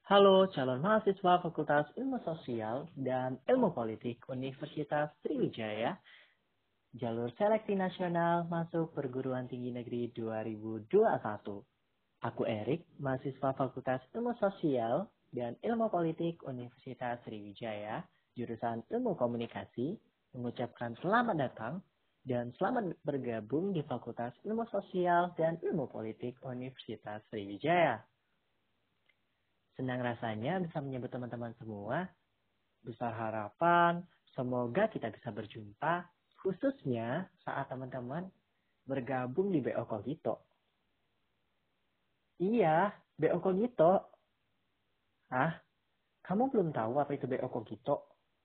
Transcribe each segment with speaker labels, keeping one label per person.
Speaker 1: Halo calon mahasiswa Fakultas Ilmu Sosial dan Ilmu Politik Universitas Sriwijaya, jalur seleksi nasional masuk perguruan tinggi negeri 2021. Aku Erik, mahasiswa Fakultas Ilmu Sosial dan Ilmu Politik Universitas Sriwijaya, jurusan Ilmu Komunikasi, mengucapkan selamat datang dan selamat bergabung di Fakultas Ilmu Sosial dan Ilmu Politik Universitas Sriwijaya. Senang rasanya bisa menyebut teman-teman semua. Besar harapan, semoga kita bisa berjumpa, khususnya saat teman-teman bergabung di BO Kogito. Iya, BO Kogito. Ah, kamu belum tahu apa itu BO Kogito?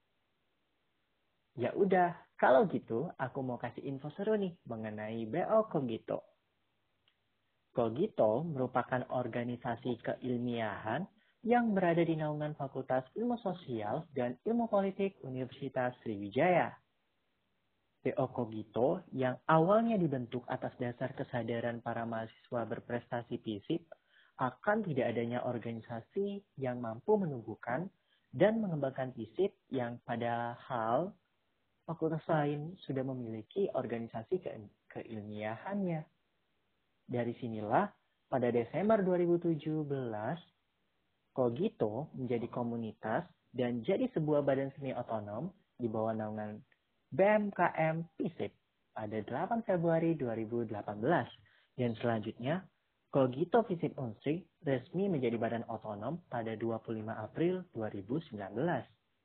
Speaker 1: Ya udah, kalau gitu aku mau kasih info seru nih mengenai BO Kogito. Kogito merupakan organisasi keilmiahan yang berada di naungan Fakultas Ilmu Sosial dan Ilmu Politik Universitas Sriwijaya. BO Kogito yang awalnya dibentuk atas dasar kesadaran para mahasiswa berprestasi FISIP akan tidak adanya organisasi yang mampu menumbuhkan dan mengembangkan FISIP yang padahal fakultas lain sudah memiliki organisasi keilmiahannya. Dari sinilah pada Desember 2017, Kogito menjadi komunitas dan jadi sebuah badan seni otonom di bawah naungan BMKM FISIP pada 8 Februari 2018. Dan selanjutnya, Kogito FISIP Unsri resmi menjadi badan otonom pada 25 April 2019.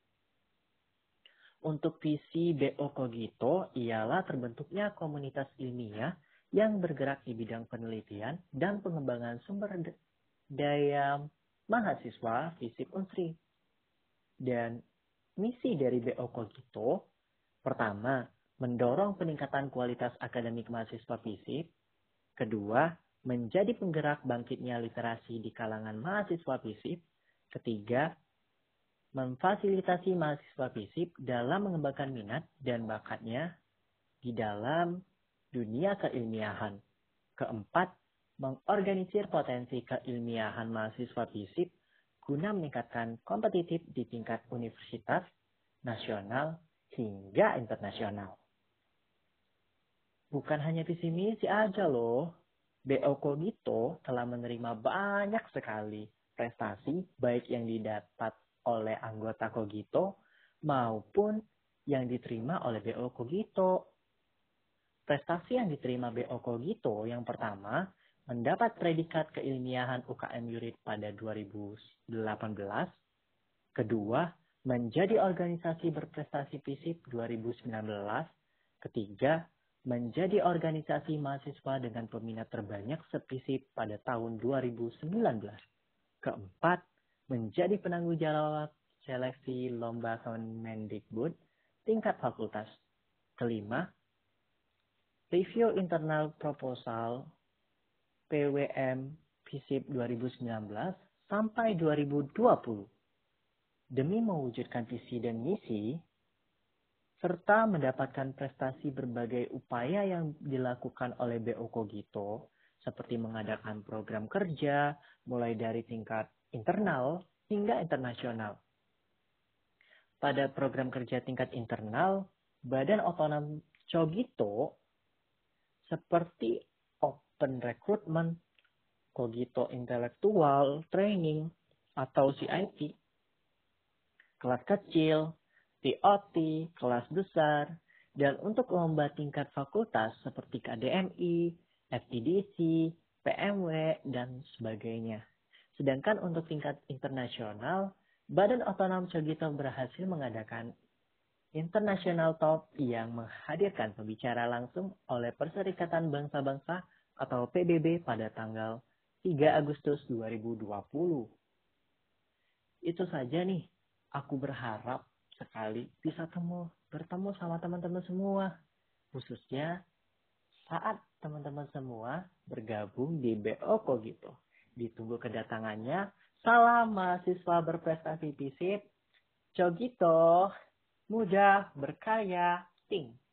Speaker 1: Untuk visi BO Kogito ialah terbentuknya komunitas ilmiah yang bergerak di bidang penelitian dan pengembangan sumber daya mahasiswa FISIP Unsri. Dan misi dari BO Kogito, pertama, mendorong peningkatan kualitas akademik mahasiswa FISIP. Kedua, menjadi penggerak bangkitnya literasi di kalangan mahasiswa FISIP. Ketiga, memfasilitasi mahasiswa FISIP dalam mengembangkan minat dan bakatnya di dalam dunia keilmiahan. Keempat, mengorganisir potensi keilmiahan mahasiswa FISIP guna meningkatkan kompetitif di tingkat universitas, nasional, hingga internasional. Bukan hanya visi misi aja loh. BO Kogito telah menerima banyak sekali prestasi baik yang didapat oleh anggota Kogito maupun yang diterima oleh BO Kogito. Prestasi yang diterima BO Kogito yang pertama mendapat predikat keilmiahan UKM Yurid pada 2018. Kedua, menjadi organisasi berprestasi FISIP 2019. Ketiga, menjadi organisasi mahasiswa dengan peminat terbanyak se-FISIP pada tahun 2019. Keempat, menjadi penanggung jawab seleksi lomba Kemendikbud tingkat fakultas. Kelima, review internal proposal PWM FISIP 2019 sampai 2020 demi mewujudkan visi dan misi serta mendapatkan prestasi berbagai upaya yang dilakukan oleh BO Kogito seperti mengadakan program kerja mulai dari tingkat internal hingga internasional. Pada program kerja tingkat internal, Badan Otonom Kogito seperti Open Recruitment, Kogito Intellectual Training atau CIT, kelas kecil, TOT, kelas besar, dan untuk lomba tingkat fakultas seperti KDMI, FTDC, PMW, dan sebagainya. Sedangkan untuk tingkat internasional, Badan Otonom Kogito berhasil mengadakan International Talk yang menghadirkan pembicara langsung oleh Perserikatan Bangsa-Bangsa atau PBB pada tanggal 3 Agustus 2020. Itu saja nih, aku berharap sekali bisa bertemu sama teman-teman semua. Khususnya saat teman-teman semua bergabung di BO Kogito. Ditunggu kedatangannya. Salam mahasiswa berprestasi FISIP. Kogito, mudah, berkarya, ting.